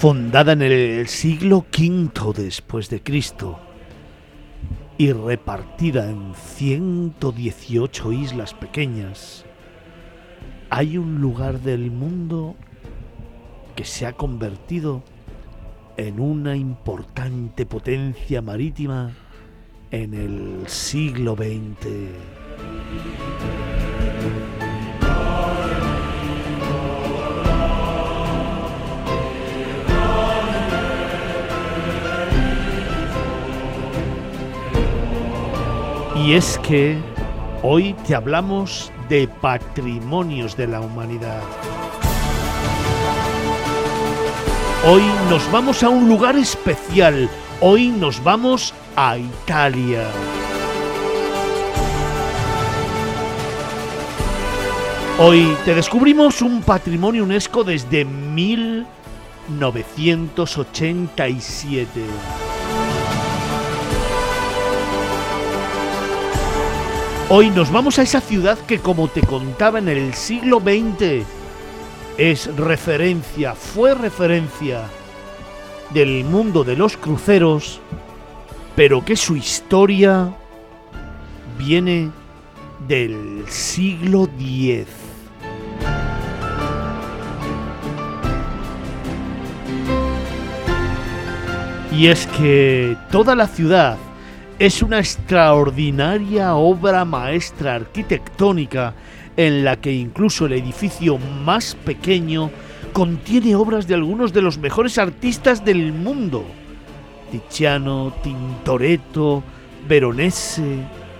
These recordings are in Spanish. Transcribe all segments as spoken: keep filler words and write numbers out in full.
Fundada en el siglo quinto después de Cristo y repartida en ciento dieciocho islas pequeñas, hay un lugar del mundo que se ha convertido en una importante potencia marítima en el siglo veinte. Y es que hoy te hablamos de patrimonios de la humanidad. Hoy nos vamos a un lugar especial. Hoy nos vamos a Italia. Hoy te descubrimos un patrimonio UNESCO desde mil novecientos ochenta y siete. Hoy nos vamos a esa ciudad que, como te contaba, en el siglo veinte es referencia, fue referencia del mundo de los cruceros, pero que su historia viene del siglo diez. Y es que toda la ciudad es una extraordinaria obra maestra arquitectónica en la que incluso el edificio más pequeño contiene obras de algunos de los mejores artistas del mundo: Tiziano, Tintoretto, Veronese.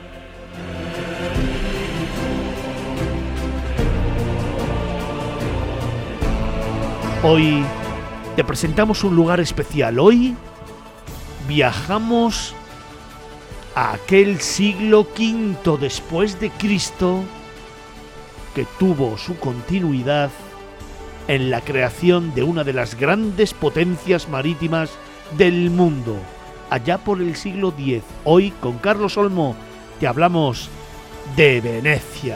Hoy te presentamos un lugar especial. Hoy viajamos a aquel siglo quinto después de Cristo que tuvo su continuidad en la creación de una de las grandes potencias marítimas del mundo, allá por el siglo diez. Hoy, con Carlos Olmo, te hablamos de Venecia.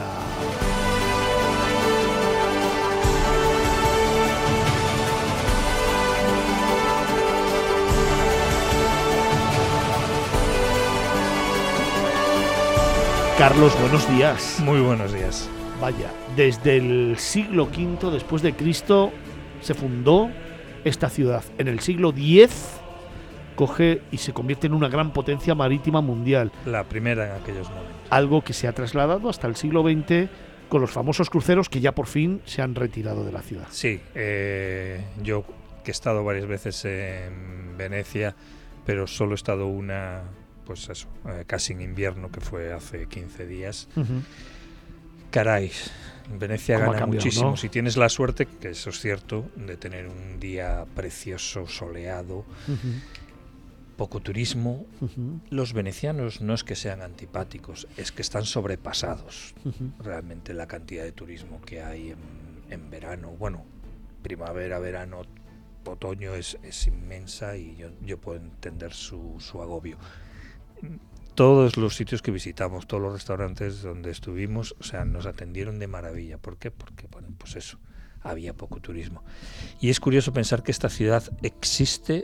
Carlos, buenos días. Muy buenos días. Vaya, desde el siglo quinto después de Cristo se fundó esta ciudad. En el siglo diez coge y se convierte en una gran potencia marítima mundial. La primera en aquellos momentos. Algo que se ha trasladado hasta el siglo veinte con los famosos cruceros que ya por fin se han retirado de la ciudad. Sí, eh, yo que he estado varias veces en Venecia, pero solo he estado una, pues eso, eh, casi en invierno, que fue hace quince días. Uh-huh. Caray, Venecia gana cambiado, muchísimo, ¿no? Si tienes la suerte, que eso es cierto, de tener un día precioso, soleado, uh-huh. poco turismo. Uh-huh. Los venecianos no es que sean antipáticos, es que están sobrepasados. Uh-huh. Realmente la cantidad de turismo que hay en, en verano, bueno, primavera, verano, otoño es, es inmensa, y yo, yo puedo entender su, su agobio. Todos los sitios que visitamos, todos los restaurantes donde estuvimos, o sea, nos atendieron de maravilla. ¿Por qué? Porque, bueno, pues eso, había poco turismo. Y es curioso pensar que esta ciudad existe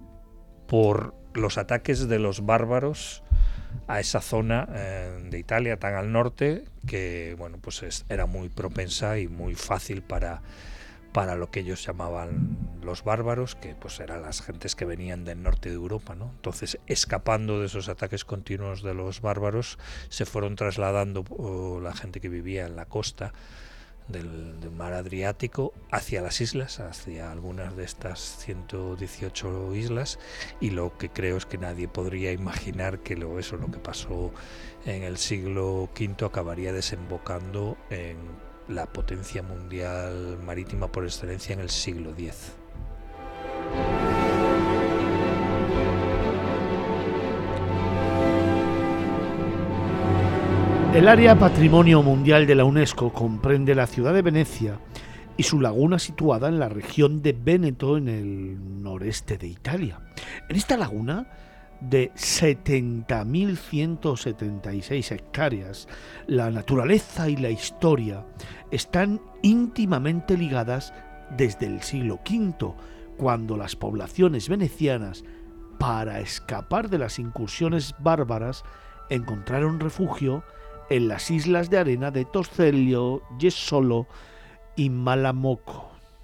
por los ataques de los bárbaros a esa zona eh, de Italia tan al norte, que, bueno, pues es, era muy propensa y muy fácil para... para lo que ellos llamaban los bárbaros, que pues eran las gentes que venían del norte de Europa, ¿no? Entonces, escapando de esos ataques continuos de los bárbaros, se fueron trasladando oh, la gente que vivía en la costa del, del mar Adriático hacia las islas, hacia algunas de estas ciento dieciocho islas, y lo que creo es que nadie podría imaginar que lo, eso, lo que pasó en el siglo quinto acabaría desembocando en la potencia mundial marítima por excelencia en el siglo diez. El área Patrimonio Mundial de la UNESCO comprende la ciudad de Venecia y su laguna situada en la región de Véneto, en el noreste de Italia. En esta laguna, de setenta mil ciento setenta y seis hectáreas, la naturaleza y la historia están íntimamente ligadas desde el siglo quinto, cuando las poblaciones venecianas, para escapar de las incursiones bárbaras, encontraron refugio en las islas de arena de Torcello, Jesolo y Malamocco.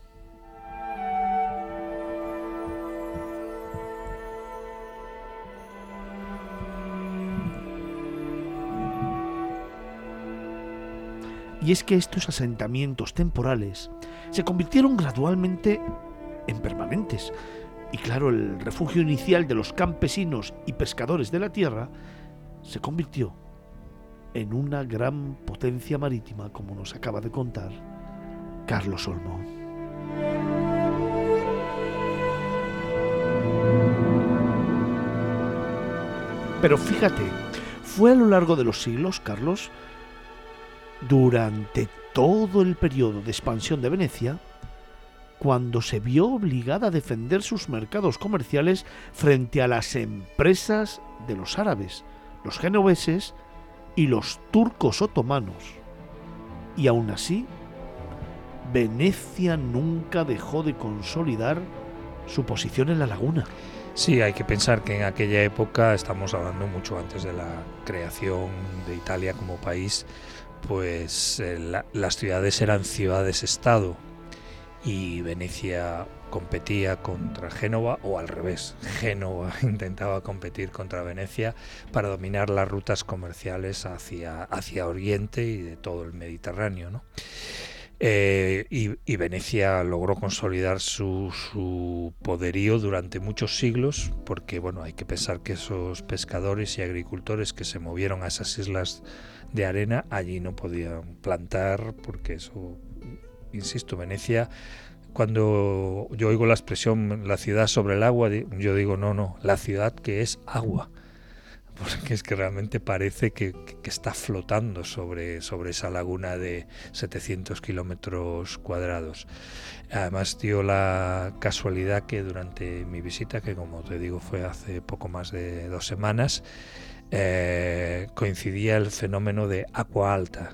Y es que estos asentamientos temporales se convirtieron gradualmente en permanentes. Y claro, el refugio inicial de los campesinos y pescadores de la tierra se convirtió en una gran potencia marítima, como nos acaba de contar Carlos Olmo. Pero fíjate, fue a lo largo de los siglos, Carlos, durante todo el periodo de expansión de Venecia, cuando se vio obligada a defender sus mercados comerciales frente a las empresas de los árabes, los genoveses y los turcos otomanos. Y aún así, Venecia nunca dejó de consolidar su posición en la laguna. Sí, hay que pensar que en aquella época, estamos hablando mucho antes de la creación de Italia como país, pues eh, la, las ciudades eran ciudades-estado y Venecia competía contra Génova, o al revés, Génova intentaba competir contra Venecia para dominar las rutas comerciales hacia, hacia Oriente y de todo el Mediterráneo, ¿no? Eh, y, y Venecia logró consolidar su, su poderío durante muchos siglos, porque bueno, hay que pensar que esos pescadores y agricultores que se movieron a esas islas de arena, allí no podían plantar, porque eso, insisto, Venecia, cuando yo oigo la expresión la ciudad sobre el agua, yo digo no, no, la ciudad que es agua, porque es que realmente parece que, que está flotando sobre, sobre esa laguna de setecientos kilómetros cuadrados. Además dio la casualidad que durante mi visita, que como te digo fue hace poco más de dos semanas, eh, coincidía el fenómeno de agua alta,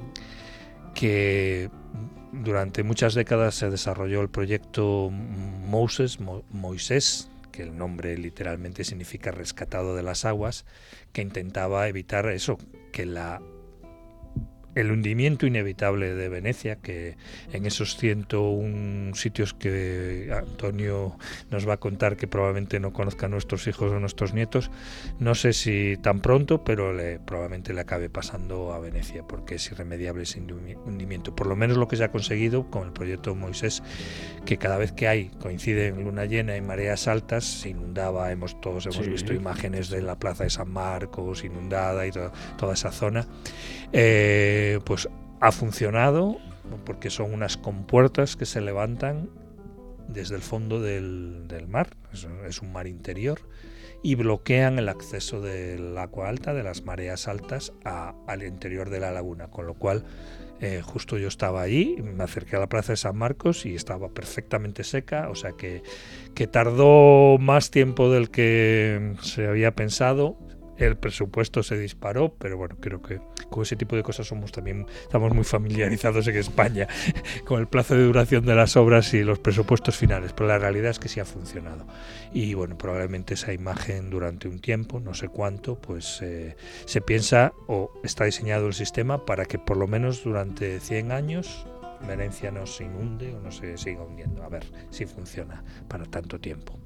que durante muchas décadas se desarrolló el proyecto Moses, Mo, Moisés, que el nombre literalmente significa rescatado de las aguas, que intentaba evitar eso, que la el hundimiento inevitable de Venecia, que en esos ciento uno sitios que Antonio nos va a contar que probablemente no conozcan nuestros hijos o nuestros nietos, no sé si tan pronto, pero le, probablemente le acabe pasando a Venecia, porque es irremediable ese hundimiento. Por lo menos lo que se ha conseguido con el proyecto Moisés, que cada vez que hay, coincide en luna llena y mareas altas, se inundaba, hemos todos hemos sí. visto imágenes de la plaza de San Marcos inundada y to, toda esa zona, eh, pues ha funcionado, porque son unas compuertas que se levantan desde el fondo del, del mar, es, es un mar interior, y bloquean el acceso del agua alta, de las mareas altas, a, al interior de la laguna, con lo cual eh, justo yo estaba allí, me acerqué a la plaza de San Marcos y estaba perfectamente seca, o sea que, que tardó más tiempo del que se había pensado. El presupuesto se disparó, pero bueno, creo que con ese tipo de cosas somos también estamos muy familiarizados en España con el plazo de duración de las obras y los presupuestos finales, pero la realidad es que sí ha funcionado. Y bueno, probablemente esa imagen durante un tiempo, no sé cuánto, pues eh, se piensa o está diseñado el sistema para que por lo menos durante cien años Venecia no se inunde o no se siga hundiendo. A ver si funciona para tanto tiempo.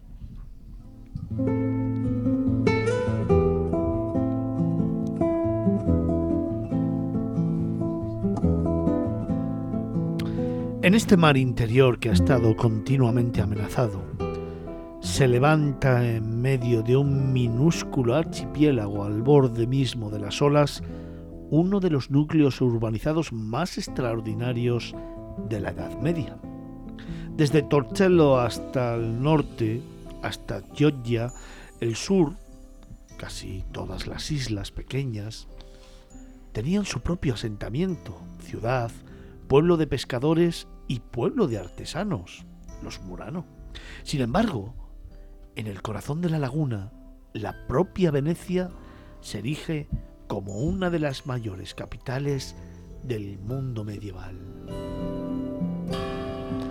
En este mar interior que ha estado continuamente amenazado, se levanta en medio de un minúsculo archipiélago al borde mismo de las olas uno de los núcleos urbanizados más extraordinarios de la Edad Media. Desde Torcello hasta el norte, hasta Chioggia, el sur, casi todas las islas pequeñas, tenían su propio asentamiento, ciudad, pueblo de pescadores y pueblo de artesanos, los Murano. Sin embargo, en el corazón de la laguna, la propia Venecia se erige como una de las mayores capitales del mundo medieval.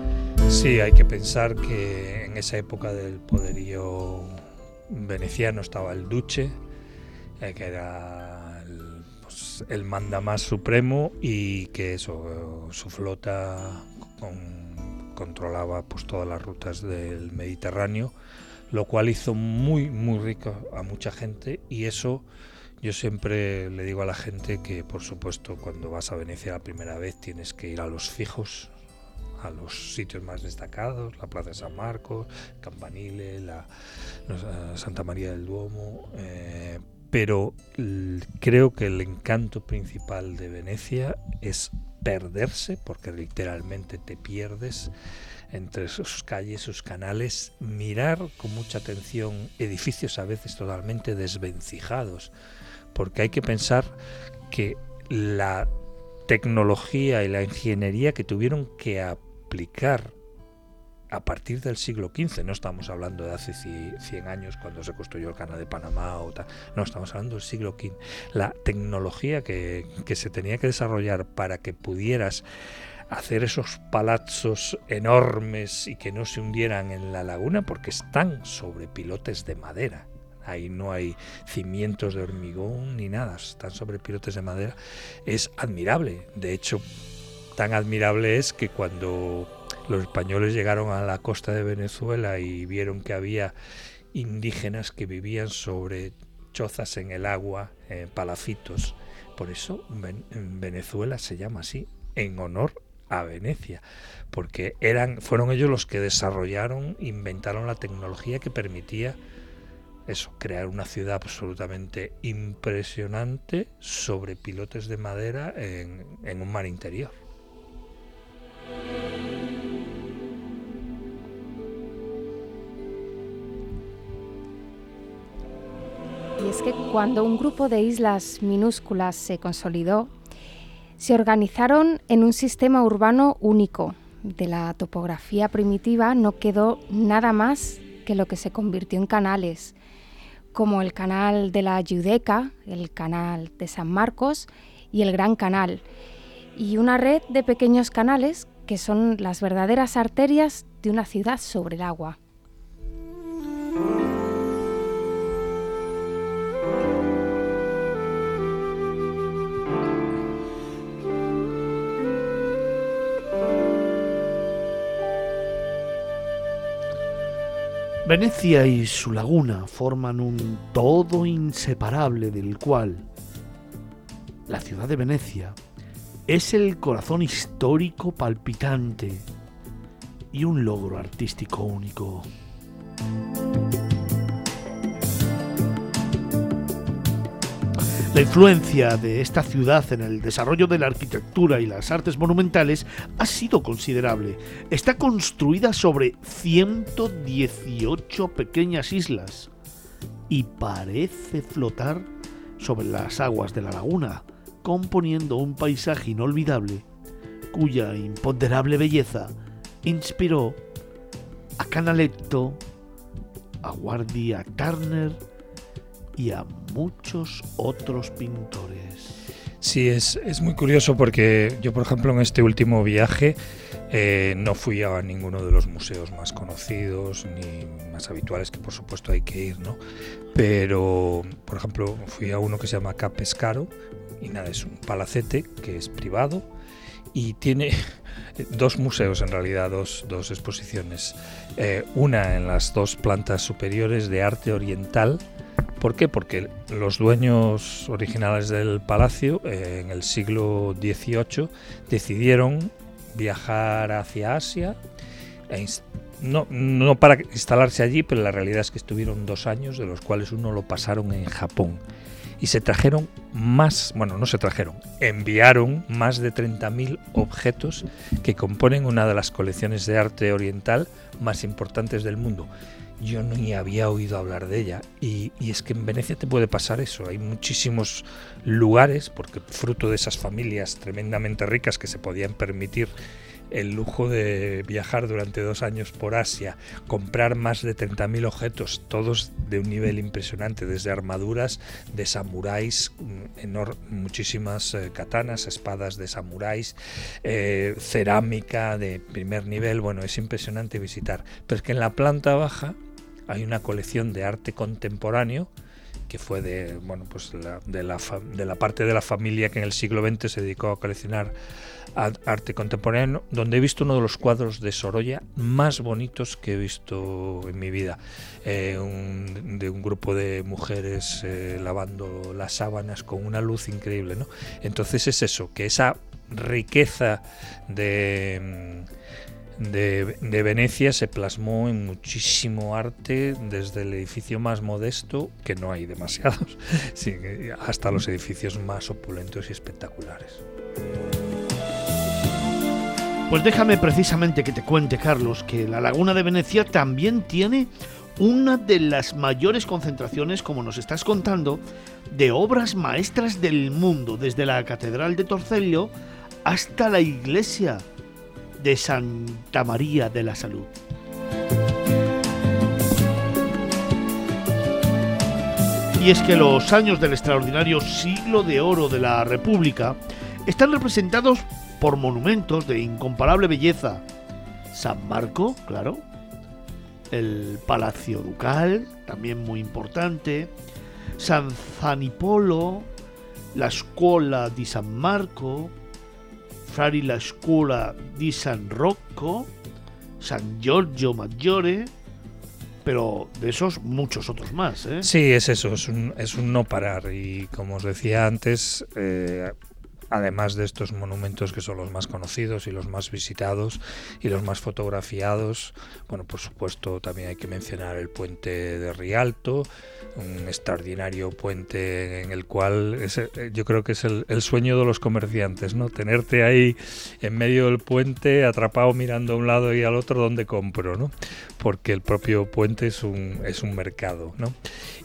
Sí, hay que pensar que en esa época del poderío veneciano estaba el duce, eh, que era el, pues, el mandamás supremo, y que eso, su flota con, controlaba pues todas las rutas del Mediterráneo, lo cual hizo muy muy rico a mucha gente. Y eso, yo siempre le digo a la gente que, por supuesto, cuando vas a Venecia la primera vez tienes que ir a los fijos, a los sitios más destacados, la Plaza de San Marcos, Campanile, la, la Santa María del Duomo, eh, pero l- creo que el encanto principal de Venecia es perderse, porque literalmente te pierdes entre sus calles, sus canales, mirar con mucha atención edificios a veces totalmente desvencijados, porque hay que pensar que la tecnología y la ingeniería que tuvieron que aplicar a partir del siglo quince, no estamos hablando de hace cien años cuando se construyó el Canal de Panamá o tal, no, estamos hablando del siglo quince, la tecnología que, que se tenía que desarrollar para que pudieras hacer esos palazos enormes y que no se hundieran en la laguna, porque están sobre pilotes de madera. Ahí no hay cimientos de hormigón ni nada, están sobre pilotes de madera. Es admirable. De hecho, tan admirable es que cuando los españoles llegaron a la costa de Venezuela y vieron que había indígenas que vivían sobre chozas en el agua, eh, palafitos, por eso en Venezuela se llama así, en honor a Venecia, porque eran, fueron ellos los que desarrollaron, inventaron la tecnología que permitía eso, crear una ciudad absolutamente impresionante sobre pilotes de madera en, en un mar interior. Y es que cuando un grupo de islas minúsculas se consolidó, se organizaron en un sistema urbano único. De la topografía primitiva no quedó nada más que lo que se convirtió en canales, como el canal de la Giudecca, el canal de San Marcos y el Gran Canal, y una red de pequeños canales que son las verdaderas arterias de una ciudad sobre el agua. Venecia y su laguna forman un todo inseparable del cual la ciudad de Venecia es el corazón histórico palpitante y un logro artístico único. La influencia de esta ciudad en el desarrollo de la arquitectura y las artes monumentales ha sido considerable. Está construida sobre ciento dieciocho pequeñas islas y parece flotar sobre las aguas de la laguna, componiendo un paisaje inolvidable cuya imponderable belleza inspiró a Canaletto, a Guardi, a Turner y a muchos otros pintores. Sí, es, es muy curioso porque yo, por ejemplo, en este último viaje eh, no fui a ninguno de los museos más conocidos ni más habituales, que por supuesto hay que ir, ¿no? Pero, por ejemplo, fui a uno que se llama Ca' Pescaro y nada, es un palacete que es privado y tiene dos museos, en realidad, dos, dos exposiciones. Eh, una en las dos plantas superiores de arte oriental. ¿Por qué? Porque los dueños originales del palacio eh, en el siglo dieciocho decidieron viajar hacia Asia, e inst- no, no para instalarse allí, pero la realidad es que estuvieron dos años, de los cuales uno lo pasaron en Japón. Y se trajeron más, bueno, no se trajeron, enviaron más de treinta mil objetos que componen una de las colecciones de arte oriental más importantes del mundo. Yo ni había oído hablar de ella y, y es que en Venecia te puede pasar eso. Hay muchísimos lugares, porque fruto de esas familias tremendamente ricas que se podían permitir el lujo de viajar durante dos años por Asia, comprar más de treinta mil objetos, todos de un nivel impresionante, desde armaduras de samuráis, enor- muchísimas eh, katanas, espadas de samuráis, eh, cerámica de primer nivel. Bueno, es impresionante visitar. Pero es que en la planta baja hay una colección de arte contemporáneo que fue de, bueno, pues la, de, la fa, de la parte de la familia que en el siglo veinte se dedicó a coleccionar arte contemporáneo, donde he visto uno de los cuadros de Sorolla más bonitos que he visto en mi vida, eh, un, de un grupo de mujeres eh, lavando las sábanas con una luz increíble, ¿no? Entonces es eso, que esa riqueza de... De, de Venecia se plasmó en muchísimo arte, desde el edificio más modesto, que no hay demasiados, sí, hasta los edificios más opulentos y espectaculares. Pues déjame precisamente que te cuente, Carlos, que la Laguna de Venecia también tiene una de las mayores concentraciones, como nos estás contando, de obras maestras del mundo, desde la Catedral de Torcello hasta la iglesia de Santa María de la Salud. Y es que los años del extraordinario siglo de oro de la República están representados por monumentos de incomparable belleza. San Marco, claro, el Palacio Ducal, también muy importante, San Zanipolo, la Scuola di San Marco, Frari la Scuola di San Rocco, San Giorgio Maggiore, pero de esos muchos otros más, ¿eh? Sí, es eso, es un, es un no parar, y como os decía antes, eh, además de estos monumentos que son los más conocidos y los más visitados y los más fotografiados, bueno, por supuesto también hay que mencionar el puente de Rialto, un extraordinario puente en el cual es, yo creo que es el, el sueño de los comerciantes, ¿no? Tenerte ahí en medio del puente, atrapado mirando a un lado y al otro, donde compro, ¿no? Porque el propio puente es un, es un mercado, ¿no?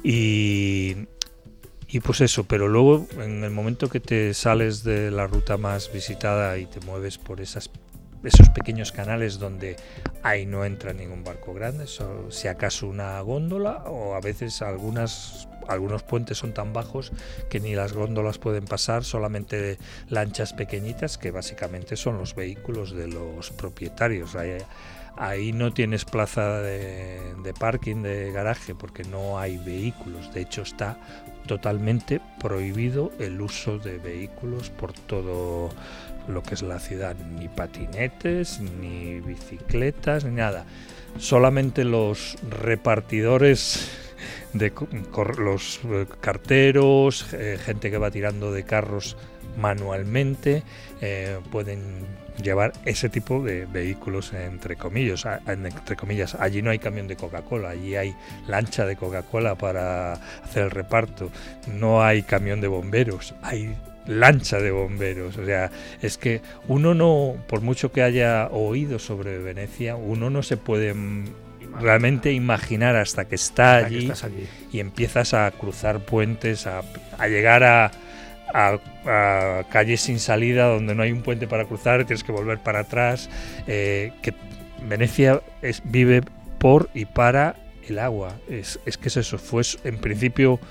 Y... Y pues eso, pero luego en el momento que te sales de la ruta más visitada y te mueves por esas, esos pequeños canales donde ahí no entra ningún barco grande, so, si acaso una góndola, o a veces algunas, algunos puentes son tan bajos que ni las góndolas pueden pasar, solamente lanchas pequeñitas que básicamente son los vehículos de los propietarios. Ahí, Ahí no tienes plaza de, de parking, de garaje, porque no hay vehículos. De hecho, está totalmente prohibido el uso de vehículos por todo lo que es la ciudad. Ni patinetes, ni bicicletas, ni nada. Solamente los repartidores, de los carteros, eh, gente que va tirando de carros manualmente, eh, pueden llevar ese tipo de vehículos, entre comillas, entre comillas. Allí no hay camión de Coca-Cola, allí hay lancha de Coca-Cola para hacer el reparto. No hay camión de bomberos, hay lancha de bomberos. O sea, es que uno no, por mucho que haya oído sobre Venecia, uno no se puede realmente imaginar hasta que está allí, que estás allí y empiezas a cruzar puentes, a, a llegar a A, a calles sin salida donde no hay un puente para cruzar, tienes que volver para atrás, eh, que Venecia es, vive por y para el agua. Es, es que es eso, fue en principio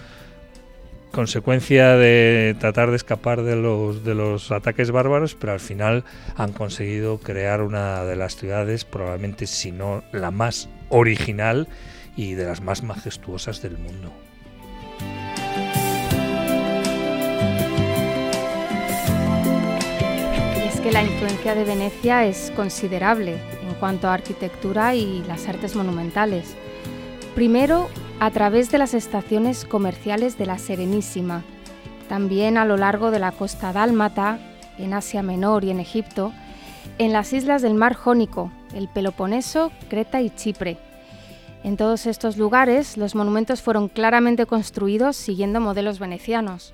consecuencia de tratar de escapar de los, de los ataques bárbaros, pero al final han conseguido crear una de las ciudades, probablemente si no la más original y de las más majestuosas del mundo. Que la influencia de Venecia es considerable en cuanto a arquitectura y las artes monumentales. Primero, a través de las estaciones comerciales de la Serenísima, también a lo largo de la costa dálmata, en Asia Menor y en Egipto, en las islas del Mar Jónico, el Peloponeso, Creta y Chipre. En todos estos lugares, los monumentos fueron claramente construidos siguiendo modelos venecianos.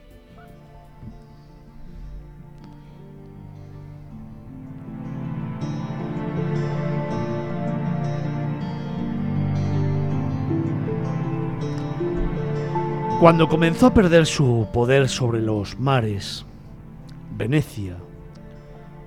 Cuando comenzó a perder su poder sobre los mares, Venecia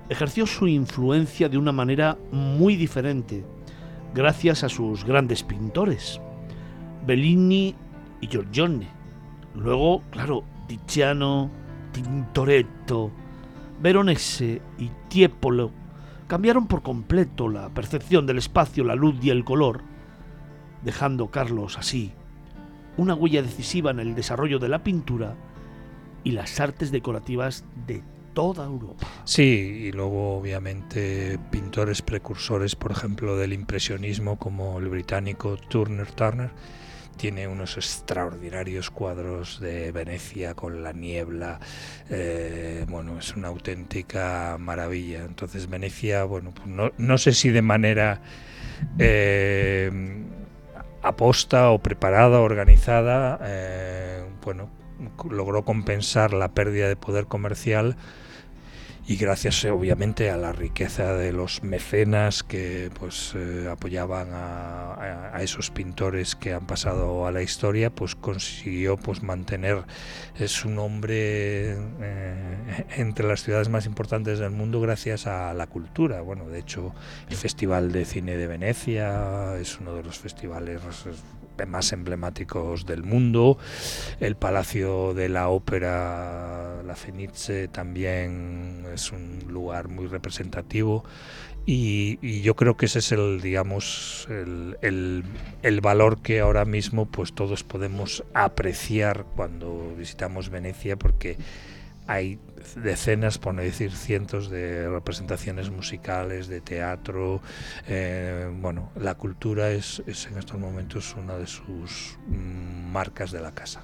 ejerció su influencia de una manera muy diferente, gracias a sus grandes pintores, Bellini y Giorgione. Luego, claro, Tiziano, Tintoretto, Veronese y Tiepolo cambiaron por completo la percepción del espacio, la luz y el color, dejando Carlos así una huella decisiva en el desarrollo de la pintura y las artes decorativas de toda Europa. Sí, y luego obviamente pintores precursores, por ejemplo, del impresionismo, como el británico Turner Turner, tiene unos extraordinarios cuadros de Venecia con la niebla, eh, bueno, es una auténtica maravilla. Entonces Venecia, bueno, pues no, no sé si de manera eh, aposta o preparada, organizada, eh, bueno, logró compensar la pérdida de poder comercial, y gracias obviamente a la riqueza de los mecenas que pues eh, apoyaban a, a, a esos pintores que han pasado a la historia, pues consiguió pues mantener eh, su nombre eh, entre las ciudades más importantes del mundo gracias a la cultura. Bueno, de hecho el Festival de Cine de Venecia es uno de los festivales más emblemáticos del mundo. El Palacio de la Ópera, la Fenice, también es un lugar muy representativo, y, y yo creo que ese es el, digamos, el, el, el valor que ahora mismo pues todos podemos apreciar cuando visitamos Venecia, porque hay decenas, por no decir cientos, de representaciones musicales, de teatro. Eh, bueno, la cultura es, es en estos momentos una de sus mm, marcas de la casa.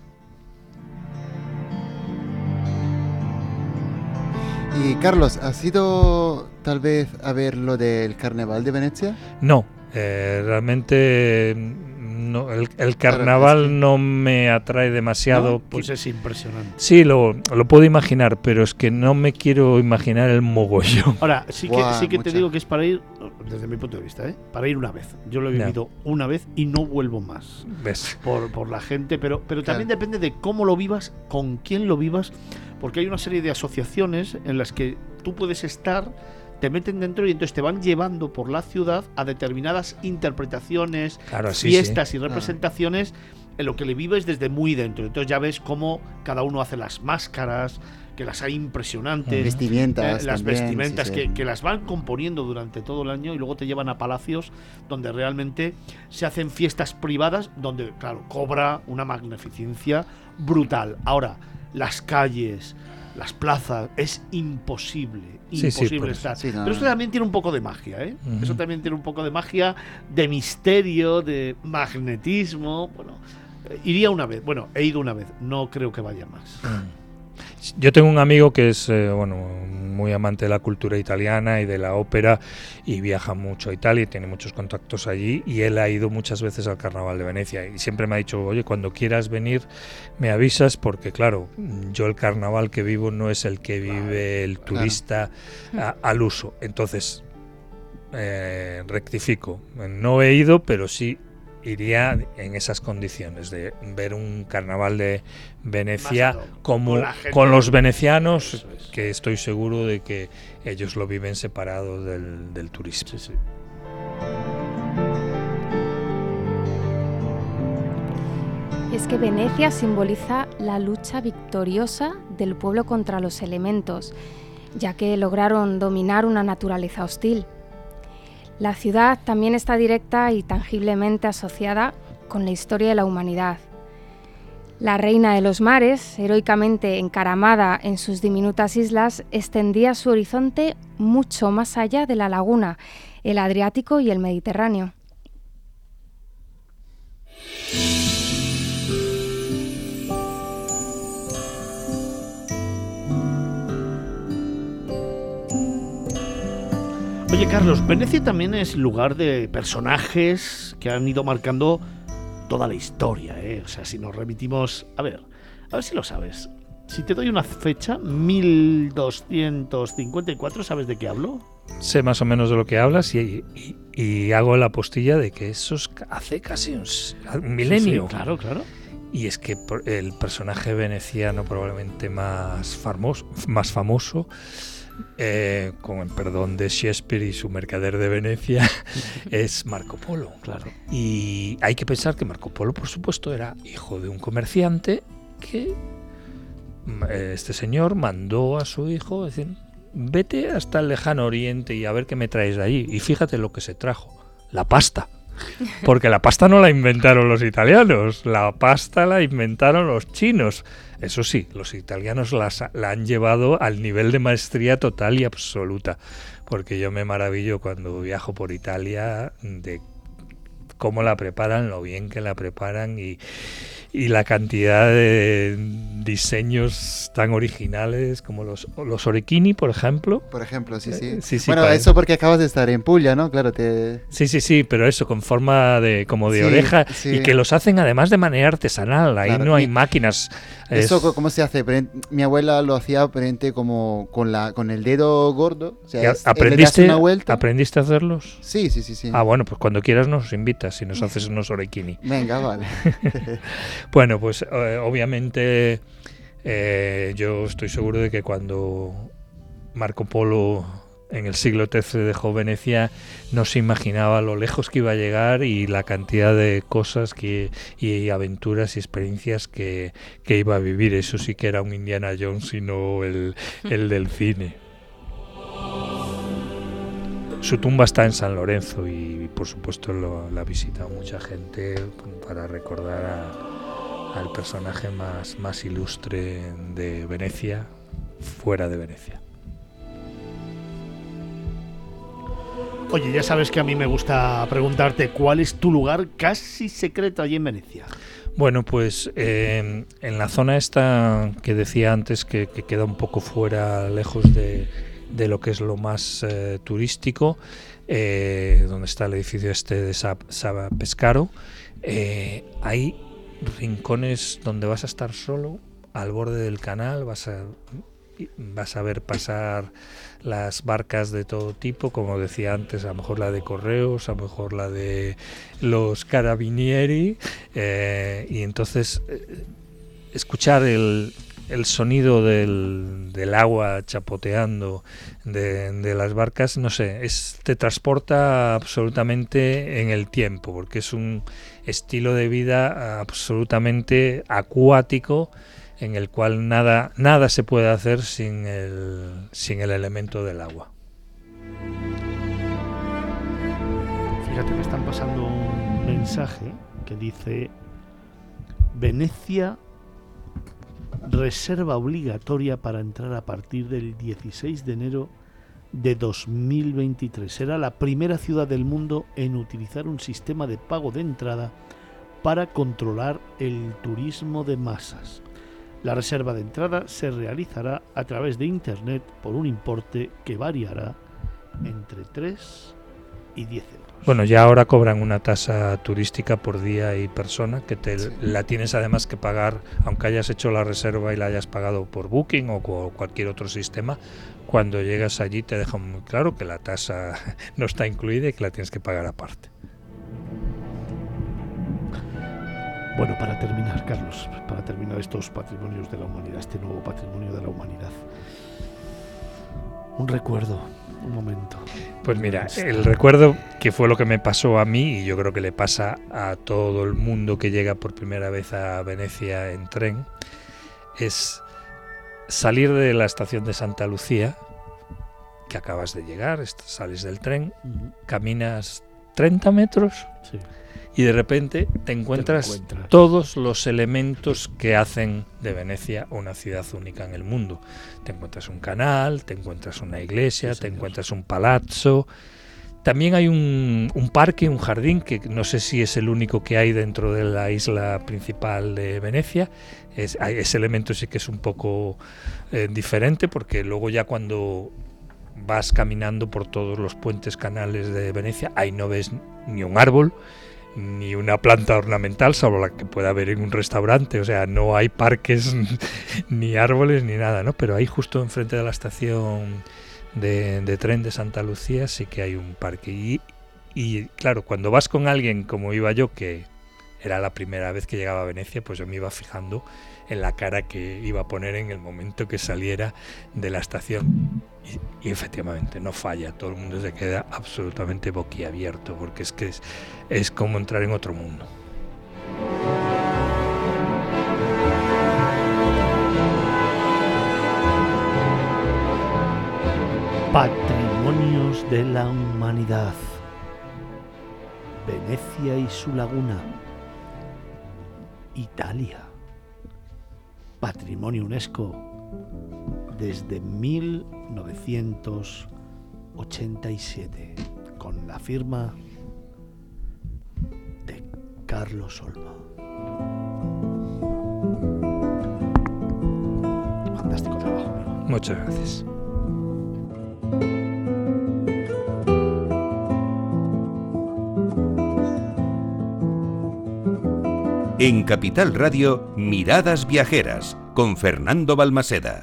Y Carlos, ¿has ido tal vez a ver lo del Carnaval de Venecia? No, eh, realmente no, el, el carnaval claro, es que no me atrae demasiado. ¿No? Pues es impresionante. Sí, lo, lo puedo imaginar, pero es que no me quiero imaginar el mogollón. Ahora, sí que, Buah, sí que mucha. te digo que es para ir, desde mi punto de vista, ¿eh? Para ir una vez. Yo lo he vivido no. una vez y no vuelvo más. ¿Ves? Por, por la gente, pero, pero claro. también depende de cómo lo vivas, con quién lo vivas, porque hay una serie de asociaciones en las que tú puedes estar, te meten dentro y entonces te van llevando por la ciudad a determinadas interpretaciones, claro, sí, fiestas sí. y representaciones ah. en lo que le vives desde muy dentro. Entonces ya ves cómo cada uno hace las máscaras, que las hay impresionantes, vestimentas, eh, las también, vestimentas sí, que, sí. que las van componiendo durante todo el año, y luego te llevan a palacios donde realmente se hacen fiestas privadas donde, claro, cobra una magnificencia brutal. Ahora, las calles, las plazas, es imposible, imposible sí, sí, estar. Sí, no, Pero eso no. también tiene un poco de magia, ¿eh? Uh-huh. Eso también tiene un poco de magia, de misterio, de magnetismo. Bueno, eh, iría una vez, bueno, he ido una vez, no creo que vaya más. Mm. Yo tengo un amigo que es eh, bueno, muy amante de la cultura italiana y de la ópera, y viaja mucho a Italia y tiene muchos contactos allí, y él ha ido muchas veces al Carnaval de Venecia y siempre me ha dicho, oye, cuando quieras venir me avisas, porque claro, yo el carnaval que vivo no es el que vive el turista a, al uso. Entonces, eh, rectifico, no he ido, pero sí iría en esas condiciones de ver un carnaval de Venecia como con, con los venecianos, es. que estoy seguro de que ellos lo viven separado del, del turismo. Sí, sí. Es que Venecia simboliza la lucha victoriosa del pueblo contra los elementos, ya que lograron dominar una naturaleza hostil. La ciudad también está directa y tangiblemente asociada con la historia de la humanidad. La reina de los mares, heroicamente encaramada en sus diminutas islas, extendía su horizonte mucho más allá de la laguna, el Adriático y el Mediterráneo. Oye, Carlos, Venecia también es lugar de personajes que han ido marcando toda la historia, ¿eh? O sea, si nos remitimos... A ver, a ver si lo sabes. Si te doy una fecha, mil doscientos cincuenta y cuatro, ¿sabes de qué hablo? Sé más o menos de lo que hablas y, y, y hago la postilla de que eso es hace casi un, un milenio. Sí, sí, claro, claro. Y es que el personaje veneciano probablemente más famoso, más famoso eh, con el perdón de Shakespeare y su Mercader de Venecia, es Marco Polo. Claro. Y hay que pensar que Marco Polo, por supuesto, era hijo de un comerciante que este señor mandó a su hijo decir, vete hasta el lejano oriente y a ver qué me traes de allí. Y fíjate lo que se trajo, la pasta. Porque la pasta no la inventaron los italianos, la pasta la inventaron los chinos. Eso sí, los italianos las, la han llevado al nivel de maestría total y absoluta. Porque yo me maravillo cuando viajo por Italia de cómo la preparan, lo bien que la preparan y, y la cantidad de diseños tan originales como los, los orecchini, por ejemplo. Por ejemplo, sí, sí. Eh, sí, sí bueno, para... eso porque acabas de estar en Puglia, ¿no? Claro, te... Sí, sí, sí, pero eso, con forma de como de sí, oreja, sí. Y que los hacen además de manera artesanal, ahí claro. no hay Mi... máquinas. Eso, es... ¿cómo se hace? Mi abuela lo hacía frente como con la con el dedo gordo. O sea, es, ¿Aprendiste, una vuelta. ¿Aprendiste a hacerlos? Sí, sí, sí, sí. Ah, bueno, pues cuando quieras nos invitas y nos haces unos orecchini. Venga, vale. Bueno, pues eh, obviamente eh, yo estoy seguro de que cuando Marco Polo en el siglo trece dejó Venecia, no se imaginaba lo lejos que iba a llegar y la cantidad de cosas que, y aventuras y experiencias que, que iba a vivir. Eso sí que era un Indiana Jones y no el, el del cine. Su tumba está en San Lorenzo y por supuesto lo, la ha visitado mucha gente para recordar a, al personaje más, más ilustre de Venecia, fuera de Venecia. Oye, ya sabes que a mí me gusta preguntarte cuál es tu lugar casi secreto allí en Venecia. Bueno, pues eh, en la zona esta que decía antes que, que queda un poco fuera, lejos de, de lo que es lo más eh, turístico, eh, donde está el edificio este de Saba Pescaro, eh, hay rincones donde vas a estar solo, al borde del canal, vas a... vas a ver pasar las barcas de todo tipo, como decía antes, a lo mejor la de correos, a lo mejor la de los carabinieri, eh, y entonces eh, escuchar el, el sonido del, del agua chapoteando de, de las barcas, no sé, es, te transporta absolutamente en el tiempo, porque es un estilo de vida absolutamente acuático, en el cual nada nada se puede hacer sin el, sin el elemento del agua. Fíjate, me están pasando un mensaje que dice: Venecia, reserva obligatoria para entrar a partir del dieciséis de enero de dos mil veintitrés. Será la primera ciudad del mundo en utilizar un sistema de pago de entrada para controlar el turismo de masas. La reserva de entrada se realizará a través de Internet por un importe que variará entre tres y diez euros. Bueno, ya ahora cobran una tasa turística por día y persona, que te sí. la tienes además que pagar, aunque hayas hecho la reserva y la hayas pagado por Booking o cualquier otro sistema. Cuando llegas allí te dejan muy claro que la tasa no está incluida y que la tienes que pagar aparte. Bueno, para terminar, Carlos, para terminar estos patrimonios de la humanidad, este nuevo patrimonio de la humanidad, un recuerdo, un momento. Pues mira, el recuerdo, que fue lo que me pasó a mí, y yo creo que le pasa a todo el mundo que llega por primera vez a Venecia en tren, es salir de la estación de Santa Lucía, que acabas de llegar, sales del tren, uh-huh. caminas treinta metros, sí. Y de repente te encuentras, te encuentras todos los elementos que hacen de Venecia una ciudad única en el mundo. Te encuentras un canal, te encuentras una iglesia, sí, te encuentras un palazzo. También hay un, un parque, un jardín, que no sé si es el único que hay dentro de la isla principal de Venecia. Es, ese elemento sí que es un poco eh, diferente, porque luego ya cuando vas caminando por todos los puentes, canales de Venecia, ahí no ves ni un árbol, ni una planta ornamental, salvo la que pueda haber en un restaurante. O sea, no hay parques ni árboles ni nada, ¿no? Pero ahí justo enfrente de la estación de, de tren de Santa Lucía sí que hay un parque. Y, y claro, cuando vas con alguien como iba yo, que era la primera vez que llegaba a Venecia, pues yo me iba fijando en la cara que iba a poner en el momento que saliera de la estación. Y, y efectivamente no falla, todo el mundo se queda absolutamente boquiabierto, porque es que es, es como entrar en otro mundo. Patrimonios de la humanidad. Venecia y su laguna. Italia. Patrimonio UNESCO desde mil novecientos ochenta y siete, con la firma de Carlos Olmo. Fantástico trabajo, amigo. Muchas gracias. En Capital Radio, Miradas Viajeras, con Fernando Balmaseda.